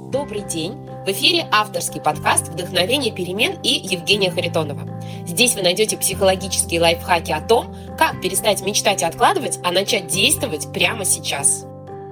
Добрый день! В эфире авторский подкаст «Вдохновение перемен» и Евгения Харитонова. Здесь вы найдете психологические лайфхаки о том, как перестать мечтать и откладывать, а начать действовать прямо сейчас.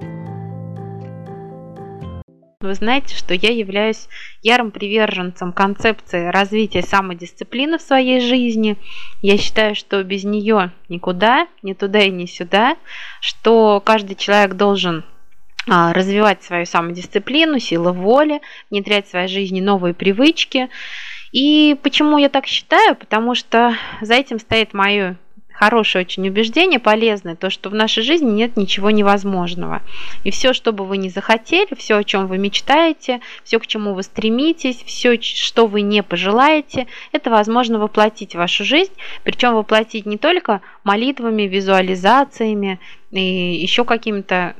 Вы знаете, что я являюсь ярым приверженцем концепции развития самодисциплины в своей жизни. Я считаю, что без нее никуда, ни туда и ни сюда, что каждый человек должен развивать свою самодисциплину, силу воли, внедрять в своей жизни новые привычки. И почему я так считаю? Потому что за этим стоит мое хорошее очень убеждение, полезное, то, что в нашей жизни нет ничего невозможного. И все, что бы вы ни захотели, все, о чем вы мечтаете, все, к чему вы стремитесь, все, что вы не пожелаете, это возможно воплотить в вашу жизнь, причем воплотить не только молитвами, визуализациями и еще какими-то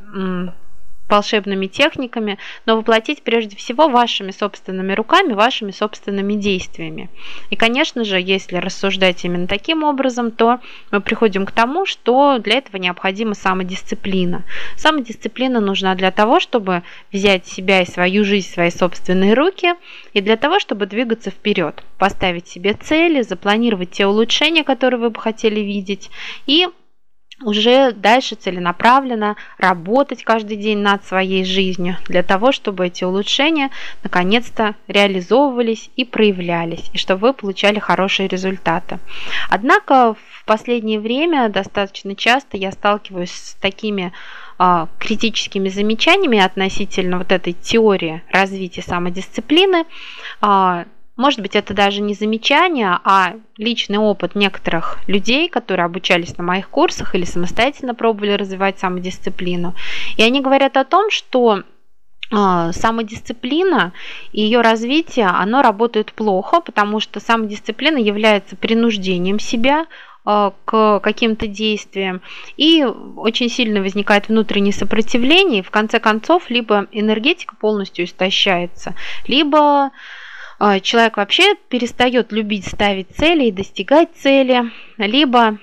волшебными техниками, но воплотить прежде всего вашими собственными руками, вашими собственными действиями. И, конечно же, если рассуждать именно таким образом, то мы приходим к тому, что для этого необходима самодисциплина. Самодисциплина нужна для того, чтобы взять себя и свою жизнь в свои собственные руки, и для того, чтобы двигаться вперед, поставить себе цели, запланировать те улучшения, которые вы бы хотели видеть, и уже дальше целенаправленно работать каждый день над своей жизнью для того, чтобы эти улучшения наконец-то реализовывались и проявлялись, и чтобы вы получали хорошие результаты. Однако в последнее время достаточно часто я сталкиваюсь с такими критическими замечаниями относительно вот этой теории развития самодисциплины. Может быть, это даже не замечание, а личный опыт некоторых людей, которые обучались на моих курсах или самостоятельно пробовали развивать самодисциплину. И они говорят о том, что самодисциплина и ее развитие, оно работает плохо, потому что самодисциплина является принуждением себя к каким-то действиям, и очень сильно возникает внутреннее сопротивление, и в конце концов либо энергетика полностью истощается, либо человек вообще перестает любить ставить цели и достигать цели, либо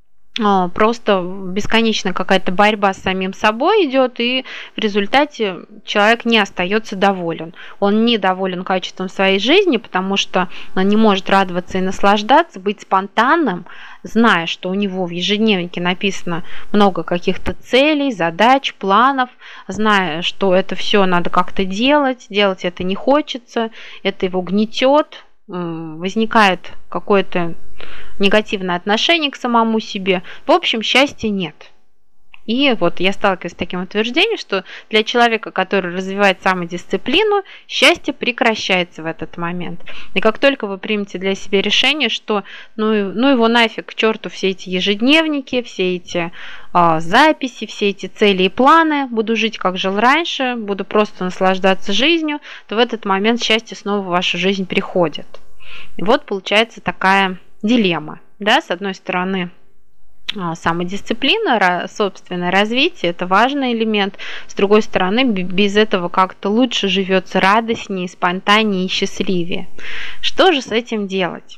просто бесконечно какая-то борьба с самим собой идет, и в результате человек не остается доволен. Он недоволен качеством своей жизни, потому что он не может радоваться и наслаждаться, быть спонтанным, зная, что у него в ежедневнике написано много каких-то целей, задач, планов, зная, что это все надо как-то делать это не хочется, это его гнетет, возникает какое-то негативное отношение к самому себе. В общем, счастья нет. И вот я сталкиваюсь с таким утверждением, что для человека, который развивает самодисциплину, счастье прекращается в этот момент. И как только вы примете для себя решение, что ну его нафиг к черту все эти ежедневники, все эти записи, все эти цели и планы, буду жить, как жил раньше, буду просто наслаждаться жизнью, то в этот момент счастье снова в вашу жизнь приходит. И вот получается такая дилемма. Да? С одной стороны, самодисциплина, собственное развитие – это важный элемент. С другой стороны, без этого как-то лучше живется, радостнее, спонтаннее и счастливее. Что же с этим делать?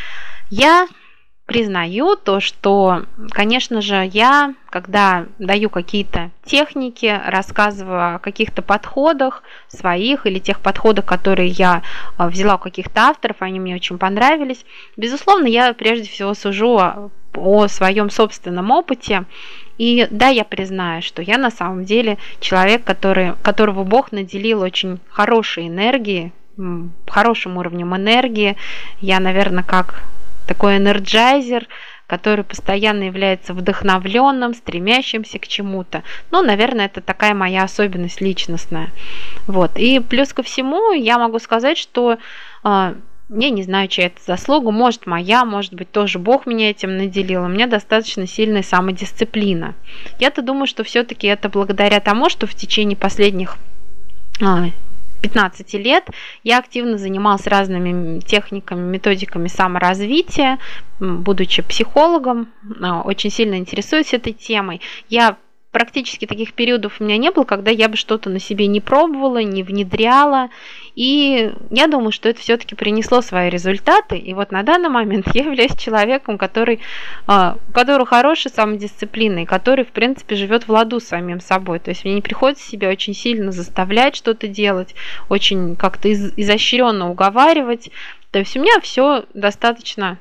Я признаю то, что, конечно же, я, когда даю какие-то техники, рассказываю о каких-то подходах своих или тех подходах, которые я взяла у каких-то авторов, они мне очень понравились, безусловно, я прежде всего сужу о своем собственном опыте. И да, я признаю, что я на самом деле человек, которого Бог наделил очень хорошей энергией, хорошим уровнем энергии. Я, наверное, как такой энерджайзер, который постоянно является вдохновленным, стремящимся к чему-то. Ну, наверное, это такая моя особенность личностная. Вот. И плюс ко всему я могу сказать, что я не знаю, чья это заслуга, может моя, может быть тоже Бог меня этим наделил, у меня достаточно сильная самодисциплина. Я-то думаю, что все-таки это благодаря тому, что в течение последних 15 лет я активно занималась разными техниками, методиками саморазвития, будучи психологом, очень сильно интересуюсь этой темой. Я практически таких периодов у меня не было, когда я бы что-то на себе не пробовала, не внедряла. И я думаю, что это все-таки принесло свои результаты. И вот на данный момент я являюсь человеком, у которого хорошая самодисциплина, и который, в принципе, живет в ладу с самим собой. То есть мне не приходится себя очень сильно заставлять что-то делать, очень как-то изощренно уговаривать. То есть у меня все достаточно,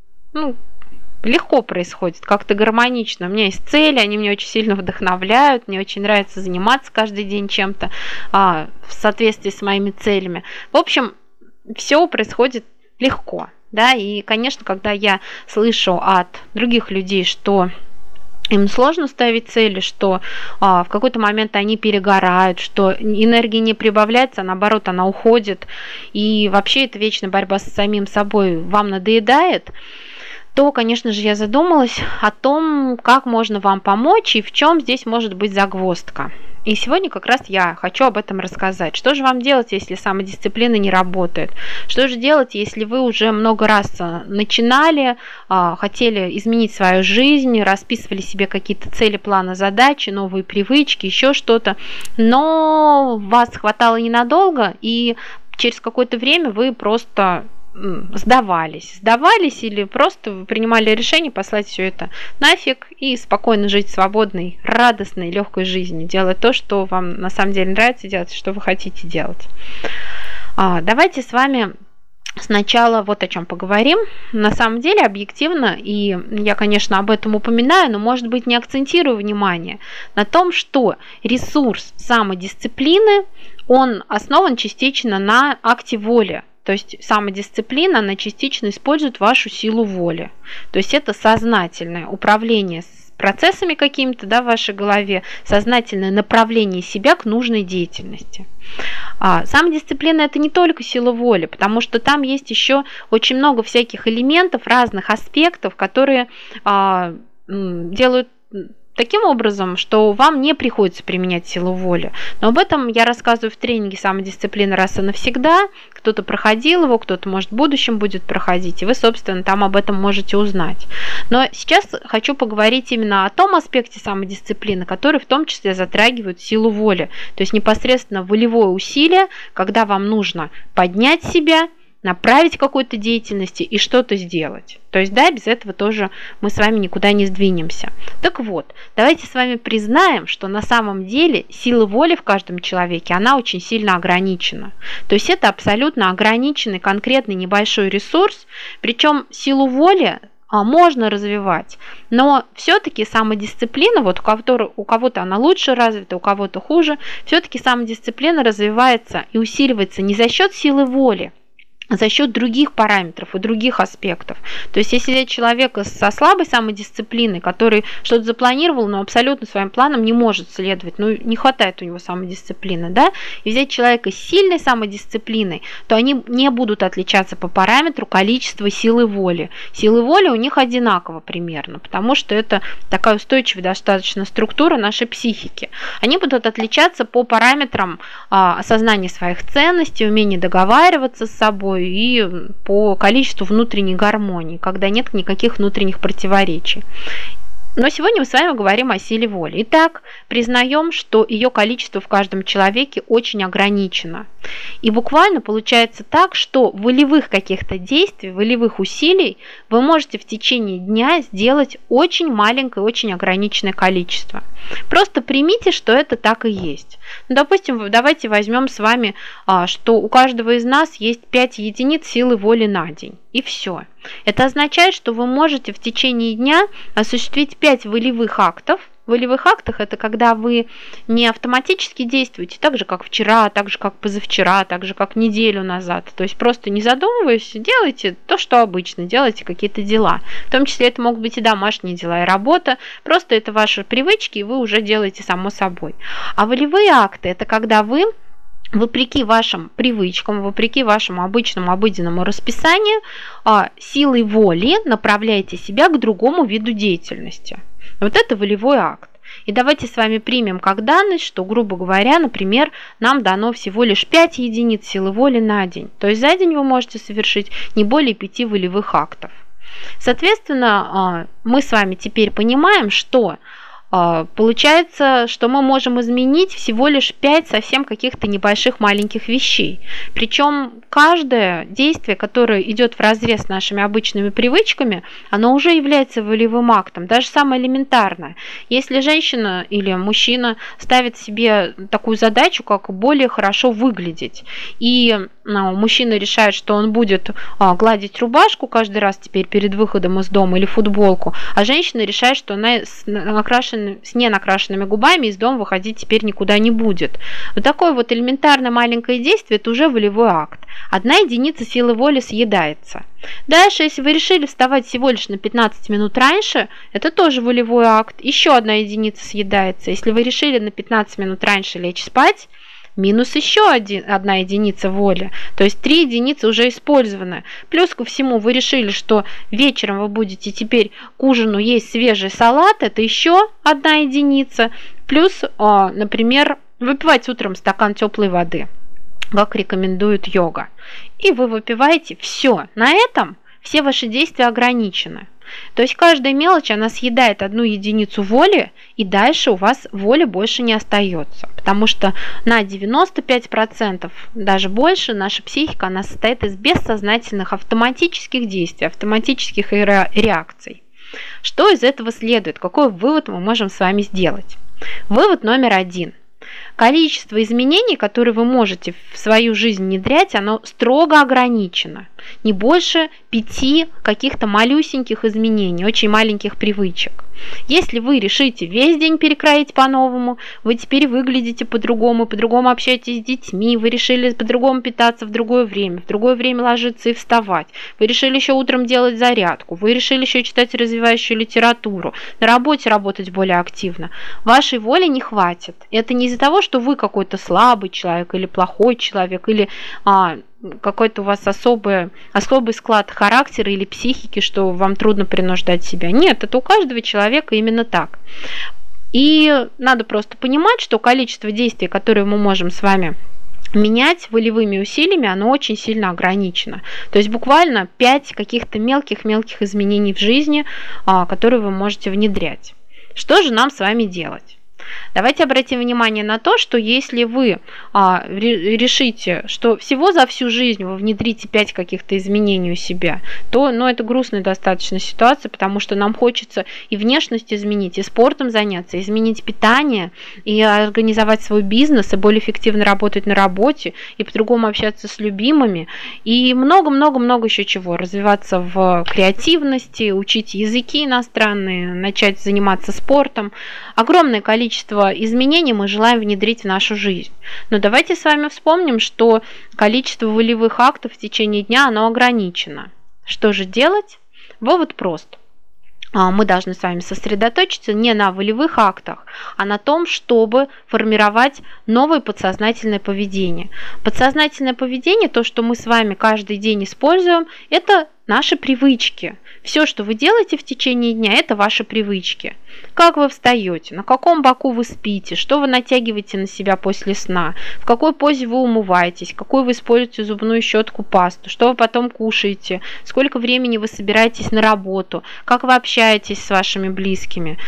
легко происходит, как-то гармонично. У меня есть цели, они меня очень сильно вдохновляют, мне очень нравится заниматься каждый день чем-то в соответствии с моими целями. В общем, все происходит легко, да, и, конечно, когда я слышу от других людей, что им сложно ставить цели, что в какой-то момент они перегорают, что энергия не прибавляется, а наоборот, она уходит, и вообще эта вечная борьба с самим собой вам надоедает, то, конечно же, я задумалась о том, как можно вам помочь и в чем здесь может быть загвоздка. И сегодня как раз я хочу об этом рассказать. Что же вам делать, если самодисциплина не работает? Что же делать, если вы уже много раз начинали, хотели изменить свою жизнь, расписывали себе какие-то цели, планы, задачи, новые привычки, еще что-то, но вас хватало ненадолго, и через какое-то время вы просто сдавались или просто принимали решение послать все это нафиг и спокойно жить свободной, радостной, легкой жизнью, делать то, что вам на самом деле нравится делать, что вы хотите делать. Давайте с вами сначала вот о чем поговорим. На самом деле, объективно, и я, конечно, об этом упоминаю, но, может быть, не акцентирую внимание на том, что ресурс самодисциплины, он основан частично на акте воли. То есть самодисциплина, она частично использует вашу силу воли. То есть это сознательное управление с процессами какими-то, да, в вашей голове, сознательное направление себя к нужной деятельности. Самодисциплина – это не только сила воли, потому что там есть еще очень много всяких элементов, разных аспектов, которые делают таким образом, что вам не приходится применять силу воли. Но об этом я рассказываю в тренинге «Самодисциплина раз и навсегда». Кто-то проходил его, кто-то, может, в будущем будет проходить, и вы, собственно, там об этом можете узнать. Но сейчас хочу поговорить именно о том аспекте самодисциплины, который в том числе затрагивает силу воли. То есть непосредственно волевое усилие, когда вам нужно поднять себя, направить какой-то деятельности и что-то сделать. То есть, да, без этого тоже мы с вами никуда не сдвинемся. Так вот, давайте с вами признаем, что на самом деле сила воли в каждом человеке, она очень сильно ограничена. То есть это абсолютно ограниченный, конкретный небольшой ресурс, причем силу воли можно развивать, но все-таки самодисциплина, вот у кого-то она лучше развита, у кого-то хуже, все-таки самодисциплина развивается и усиливается не за счет силы воли, за счет других параметров и других аспектов. То есть, если взять человека со слабой самодисциплиной, который что-то запланировал, но абсолютно своим планом не может следовать, не хватает у него самодисциплины, да, и взять человека с сильной самодисциплиной, то они не будут отличаться по параметру количества силы воли. Силы воли у них одинаково примерно, потому что это такая устойчивая достаточно структура нашей психики. Они будут отличаться по параметрам осознания своих ценностей, умения договариваться с собой, и по количеству внутренней гармонии, когда нет никаких внутренних противоречий. Но сегодня мы с вами говорим о силе воли. Итак, признаем, что ее количество в каждом человеке очень ограничено. И буквально получается так, что волевых каких-то действий, волевых усилий вы можете в течение дня сделать очень маленькое, очень ограниченное количество. Просто примите, что это так и есть. Допустим, давайте возьмем с вами, что у каждого из нас есть 5 единиц силы воли на день. И все. Это означает, что вы можете в течение дня осуществить 5 волевых актов. В волевых актах это когда вы не автоматически действуете так же, как вчера, так же, как позавчера, так же, как неделю назад. То есть просто не задумываясь, делайте то, что обычно, делайте какие-то дела. В том числе это могут быть и домашние дела, и работа. Просто это ваши привычки, и вы уже делаете само собой. А волевые акты – это когда вы, вопреки вашим привычкам, вопреки вашему обычному обыденному расписанию, силой воли направляете себя к другому виду деятельности. Вот это волевой акт. И давайте с вами примем как данность, что, грубо говоря, например, нам дано всего лишь 5 единиц силы воли на день. То есть за день вы можете совершить не более 5 волевых актов. Соответственно, мы с вами теперь понимаем, что Получается, что мы можем изменить всего лишь 5 совсем каких-то небольших маленьких вещей. Причем каждое действие, которое идет вразрез с нашими обычными привычками, оно уже является волевым актом, даже самое элементарное. Если женщина или мужчина ставит себе такую задачу, как более хорошо выглядеть, и мужчина решает, что он будет гладить рубашку каждый раз теперь перед выходом из дома или футболку, а женщина решает, что она с ненакрашенными губами из дома выходить теперь никуда не будет. Вот такое вот элементарное маленькое действие – это уже волевой акт. 1 единица силы воли съедается. Дальше, если вы решили вставать всего лишь на 15 минут раньше, это тоже волевой акт. Еще 1 единица съедается. Если вы решили на 15 минут раньше лечь спать, минус еще 1 единица воли, то есть 3 единицы уже использованы. Плюс ко всему вы решили, что вечером вы будете теперь к ужину есть свежий салат, это еще 1 единица. Плюс, например, выпивать утром стакан теплой воды, как рекомендует йога. И вы выпиваете все. На этом все ваши действия ограничены. То есть каждая мелочь, она съедает 1 единицу воли, и дальше у вас воли больше не остается. Потому что на 95%, даже больше, наша психика, она состоит из бессознательных автоматических действий, автоматических реакций. Что из этого следует? Какой вывод мы можем с вами сделать? Вывод номер 1. Количество изменений, которые вы можете в свою жизнь внедрять, оно строго ограничено. Не больше 5 каких-то малюсеньких изменений, очень маленьких привычек. Если вы решите весь день перекроить по-новому, вы теперь выглядите по-другому общаетесь с детьми, вы решили по-другому питаться в другое время ложиться и вставать, вы решили еще утром делать зарядку, вы решили еще читать развивающую литературу, на работе работать более активно, вашей воли не хватит. Это не из-за того, что вы какой-то слабый человек или плохой человек, или какой-то у вас особый склад характера или психики, что вам трудно принуждать себя. Нет, это у каждого человека именно так. И надо просто понимать, что количество действий, которые мы можем с вами менять волевыми усилиями, оно очень сильно ограничено. То есть буквально 5 каких-то мелких изменений в жизни, которые вы можете внедрять. Что же нам с вами делать? Давайте обратим внимание на то, что если вы решите, что всего за всю жизнь вы внедрите 5 каких-то изменений у себя, то это грустная достаточно ситуация, потому что нам хочется и внешность изменить, и спортом заняться, изменить питание, и организовать свой бизнес, и более эффективно работать на работе, и по-другому общаться с любимыми, и много-много-много еще чего. Развиваться в креативности, учить языки иностранные, начать заниматься спортом. Огромное количество изменений мы желаем внедрить в нашу жизнь. Но давайте с вами вспомним, что количество волевых актов в течение дня, оно ограничено. Что же делать? Вывод прост. Мы должны с вами сосредоточиться не на волевых актах, а на том, чтобы формировать новое подсознательное поведение. Подсознательное поведение, то, что мы с вами каждый день используем, это наши привычки. Все, что вы делаете в течение дня, это ваши привычки. Как вы встаете, на каком боку вы спите, что вы натягиваете на себя после сна, в какой позе вы умываетесь, какой вы используете зубную щетку, пасту, что вы потом кушаете, сколько времени вы собираетесь на работу, как вы общаетесь с вашими близкими.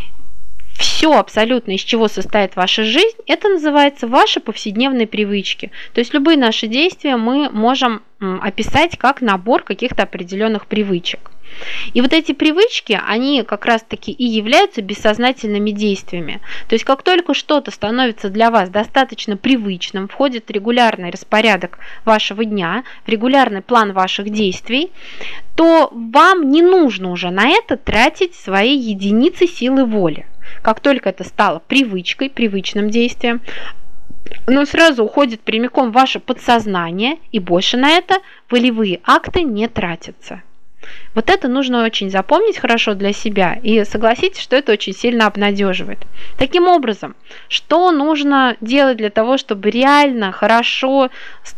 Все абсолютно, из чего состоит ваша жизнь, это называется ваши повседневные привычки. То есть любые наши действия мы можем описать как набор каких-то определенных привычек. И вот эти привычки, они как раз-таки и являются бессознательными действиями. То есть как только что-то становится для вас достаточно привычным, входит в регулярный распорядок вашего дня, в регулярный план ваших действий, то вам не нужно уже на это тратить свои единицы силы воли. Как только это стало привычкой, привычным действием, оно сразу уходит прямиком в ваше подсознание, и больше на это волевые акты не тратятся. Вот это нужно очень запомнить хорошо для себя, и согласитесь, что это очень сильно обнадеживает. Таким образом, что нужно делать для того, чтобы реально, хорошо,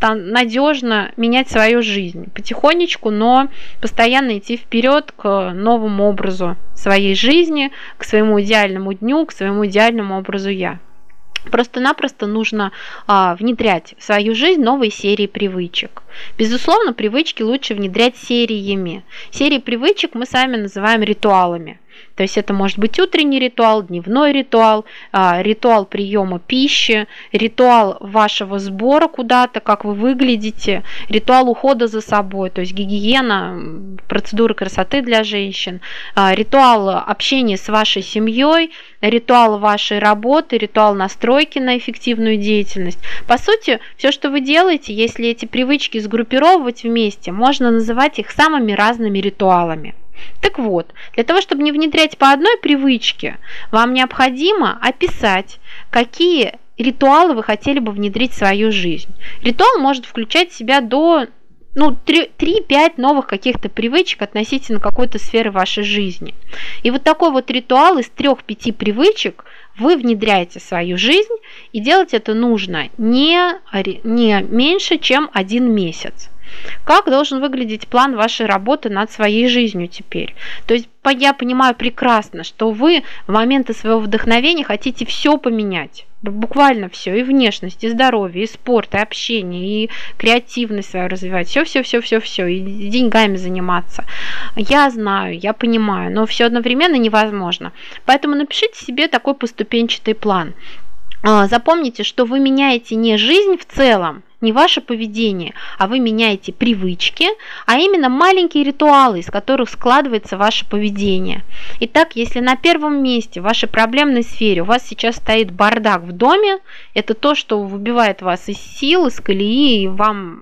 надежно менять свою жизнь? Потихонечку, но постоянно идти вперед к новому образу своей жизни, к своему идеальному дню, к своему идеальному образу «я». Просто-напросто нужно внедрять в свою жизнь новые серии привычек. Безусловно, привычки лучше внедрять сериями. Серии привычек мы сами называем ритуалами. То есть это может быть утренний ритуал, дневной ритуал, ритуал приема пищи, ритуал вашего сбора куда-то, как вы выглядите, ритуал ухода за собой, то есть гигиена, процедуры красоты для женщин, ритуал общения с вашей семьей, ритуал вашей работы, ритуал настройки на эффективную деятельность. По сути, все, что вы делаете, если эти привычки сгруппировать вместе, можно называть их самыми разными ритуалами. Так вот, для того, чтобы не внедрять по одной привычке, вам необходимо описать, какие ритуалы вы хотели бы внедрить в свою жизнь. Ритуал может включать в себя до 3-5 новых каких-то привычек относительно какой-то сферы вашей жизни. И вот такой вот ритуал из 3-5 привычек вы внедряете в свою жизнь, и делать это нужно не меньше, чем 1 месяц. Как должен выглядеть план вашей работы над своей жизнью теперь? То есть я понимаю прекрасно, что вы в моменты своего вдохновения хотите все поменять. Буквально все, и внешность, и здоровье, и спорт, и общение, и креативность свою развивать, все, и деньгами заниматься. Я знаю, я понимаю, но все одновременно невозможно. Поэтому напишите себе такой поступенчатый план. Запомните, что вы меняете не жизнь в целом, не ваше поведение, а вы меняете привычки, а именно маленькие ритуалы, из которых складывается ваше поведение. Итак, если на первом месте в вашей проблемной сфере у вас сейчас стоит бардак в доме, это то, что выбивает вас из сил, из колеи и вам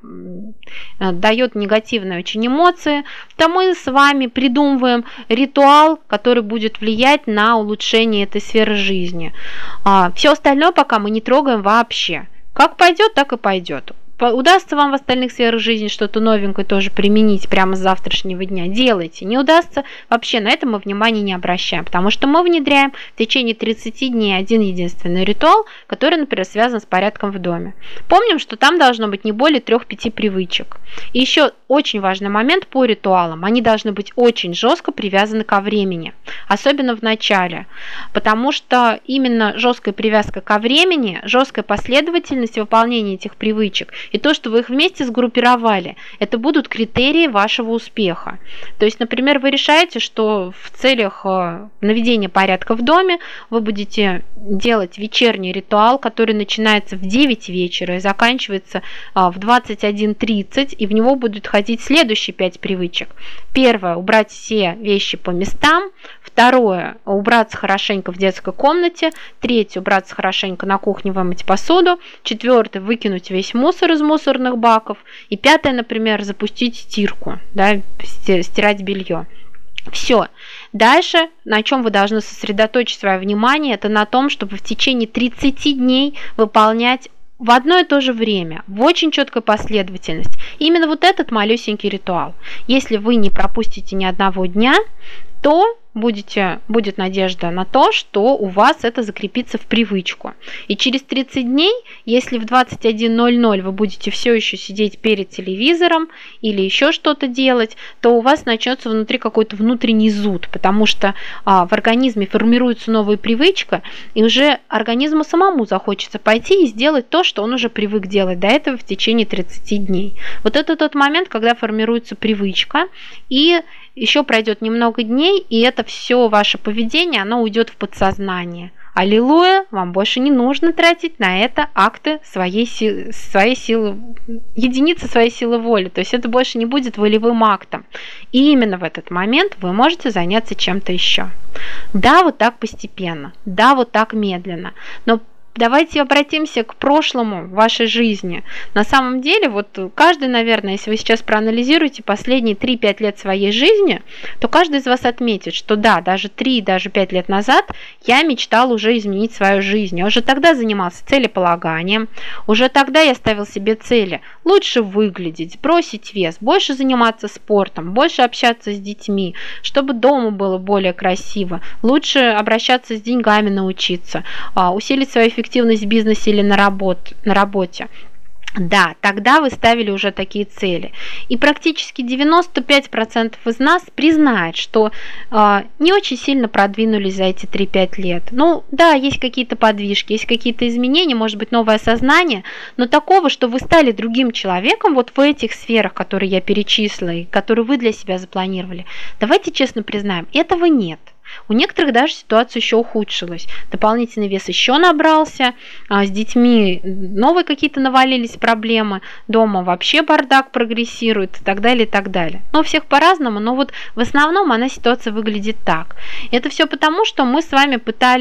дает негативные очень эмоции, то мы с вами придумываем ритуал, который будет влиять на улучшение этой сферы жизни. Все остальное пока мы не трогаем вообще. Как пойдет, так и пойдет. Удастся вам в остальных сферах жизни что-то новенькое тоже применить прямо с завтрашнего дня, делайте. Не удастся, вообще на это мы внимания не обращаем, потому что мы внедряем в течение 30 дней один единственный ритуал, который, например, связан с порядком в доме. Помним, что там должно быть не более 3-5 привычек. И еще очень важный момент по ритуалам. Они должны быть очень жестко привязаны ко времени, особенно в начале, потому что именно жесткая привязка ко времени, жесткая последовательность выполнения этих привычек и то, что вы их вместе сгруппировали, это будут критерии вашего успеха. То есть, например, вы решаете, что в целях наведения порядка в доме вы будете делать вечерний ритуал, который начинается в 9 вечера и заканчивается в 21:30, и в него будут входить следующие 5 привычек. Первое – убрать все вещи по местам. Второе – убраться хорошенько в детской комнате. Третье – убраться хорошенько на кухне, вымыть посуду. Четвертое – выкинуть весь мусор из мусорных баков. И пятое, например, запустить стирку, стирать белье. Все. Дальше, на чем вы должны сосредоточить свое внимание, это на том, чтобы в течение 30 дней выполнять в одно и то же время, в очень четкой последовательности. Именно вот этот малюсенький ритуал. Если вы не пропустите ни одного дня, то будет надежда на то, что у вас это закрепится в привычку. И через 30 дней, если в 21:00 вы будете все еще сидеть перед телевизором или еще что-то делать, то у вас начнется внутри какой-то внутренний зуд, потому что в организме формируется новая привычка, и уже организму самому захочется пойти и сделать то, что он уже привык делать до этого в течение 30 дней. Вот это тот момент, когда формируется привычка, и еще пройдет немного дней, и это все ваше поведение, оно уйдет в подсознание. Аллилуйя, вам больше не нужно тратить на это акты своей силы, единицы своей силы воли. То есть это больше не будет волевым актом. И именно в этот момент вы можете заняться чем-то еще. Да, вот так постепенно, да, вот так медленно. Но давайте обратимся к прошлому в вашей жизни. На самом деле, вот каждый, наверное, если вы сейчас проанализируете последние 3-5 лет своей жизни, то каждый из вас отметит, что да, даже 3, даже 5 лет назад я мечтал уже изменить свою жизнь. Я уже тогда занимался целеполаганием, уже тогда я ставил себе цели лучше выглядеть, бросить вес, больше заниматься спортом, больше общаться с детьми, чтобы дома было более красиво, лучше обращаться с деньгами, научиться, усилить свою эффективность в бизнесе или на работе. Да, тогда вы ставили уже такие цели. И практически 95% из нас признает, что не очень сильно продвинулись за эти 3-5 лет. Ну, да, есть какие-то подвижки, есть какие-то изменения, может быть, новое сознание, но такого, что вы стали другим человеком вот в этих сферах, которые я перечислила, и которые вы для себя запланировали, давайте честно признаем, этого нет. У некоторых даже ситуация еще ухудшилась. Дополнительный вес еще набрался, с детьми новые какие-то навалились проблемы, дома вообще бардак прогрессирует и так далее, и так далее. Но у всех по-разному, но вот в основном ситуация выглядит так. Это все потому, что мы с вами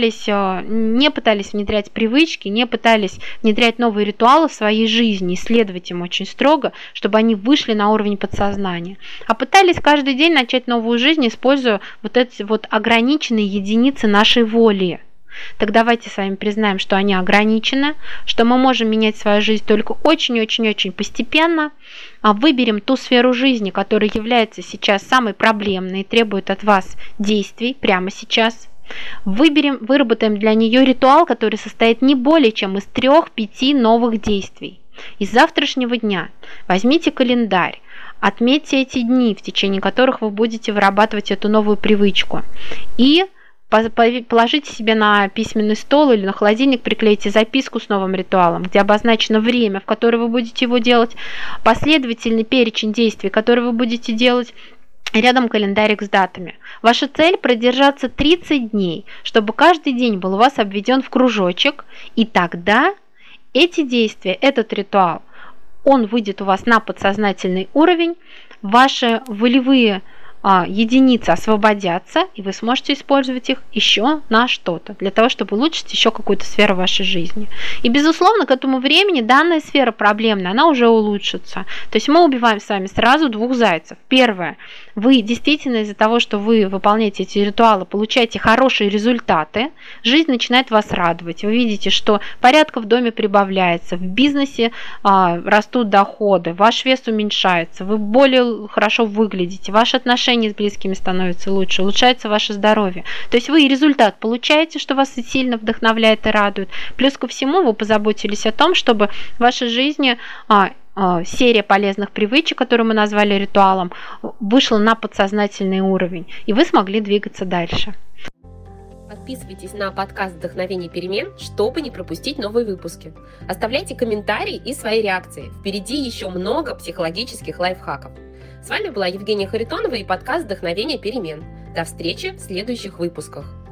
не пытались внедрять привычки, не пытались внедрять новые ритуалы в своей жизни, исследовать им очень строго, чтобы они вышли на уровень подсознания, а пытались каждый день начать новую жизнь, используя вот эти вот ограниченные единицы нашей воли. Так давайте с вами признаем, что они ограничены, что мы можем менять свою жизнь только очень-очень-очень постепенно. Выберем ту сферу жизни, которая является сейчас самой проблемной и требует от вас действий прямо сейчас. Выработаем для нее ритуал, который состоит не более чем из 3-5 новых действий. Из завтрашнего дня возьмите календарь, отметьте эти дни, в течение которых вы будете вырабатывать эту новую привычку, и положите себе на письменный стол или на холодильник, приклейте записку с новым ритуалом, где обозначено время, в которое вы будете его делать, последовательный перечень действий, которые вы будете делать, рядом календарик с датами. Ваша цель – продержаться 30 дней, чтобы каждый день был у вас обведен в кружочек, и тогда эти действия, этот ритуал, он выйдет у вас на подсознательный уровень, ваши волевые единицы освободятся, и вы сможете использовать их еще на что-то, для того, чтобы улучшить еще какую-то сферу вашей жизни. И, безусловно, к этому времени данная сфера проблемная, она уже улучшится. То есть мы убиваем с вами сразу 2 зайцев. Первое, вы действительно из-за того, что вы выполняете эти ритуалы, получаете хорошие результаты, жизнь начинает вас радовать. Вы видите, что порядка в доме прибавляется, в бизнесе растут доходы, ваш вес уменьшается, вы более хорошо выглядите, ваши отношения с близкими становятся лучше, улучшается ваше здоровье. То есть вы результат получаете, что вас сильно вдохновляет и радует. Плюс ко всему вы позаботились о том, чтобы в вашей жизни серия полезных привычек, которую мы назвали ритуалом, вышла на подсознательный уровень, и вы смогли двигаться дальше. Подписывайтесь на подкаст «Вдохновение перемен», чтобы не пропустить новые выпуски. Оставляйте комментарии и свои реакции. Впереди еще много психологических лайфхаков. С вами была Евгения Харитонова и подкаст «Вдохновение перемен». До встречи в следующих выпусках.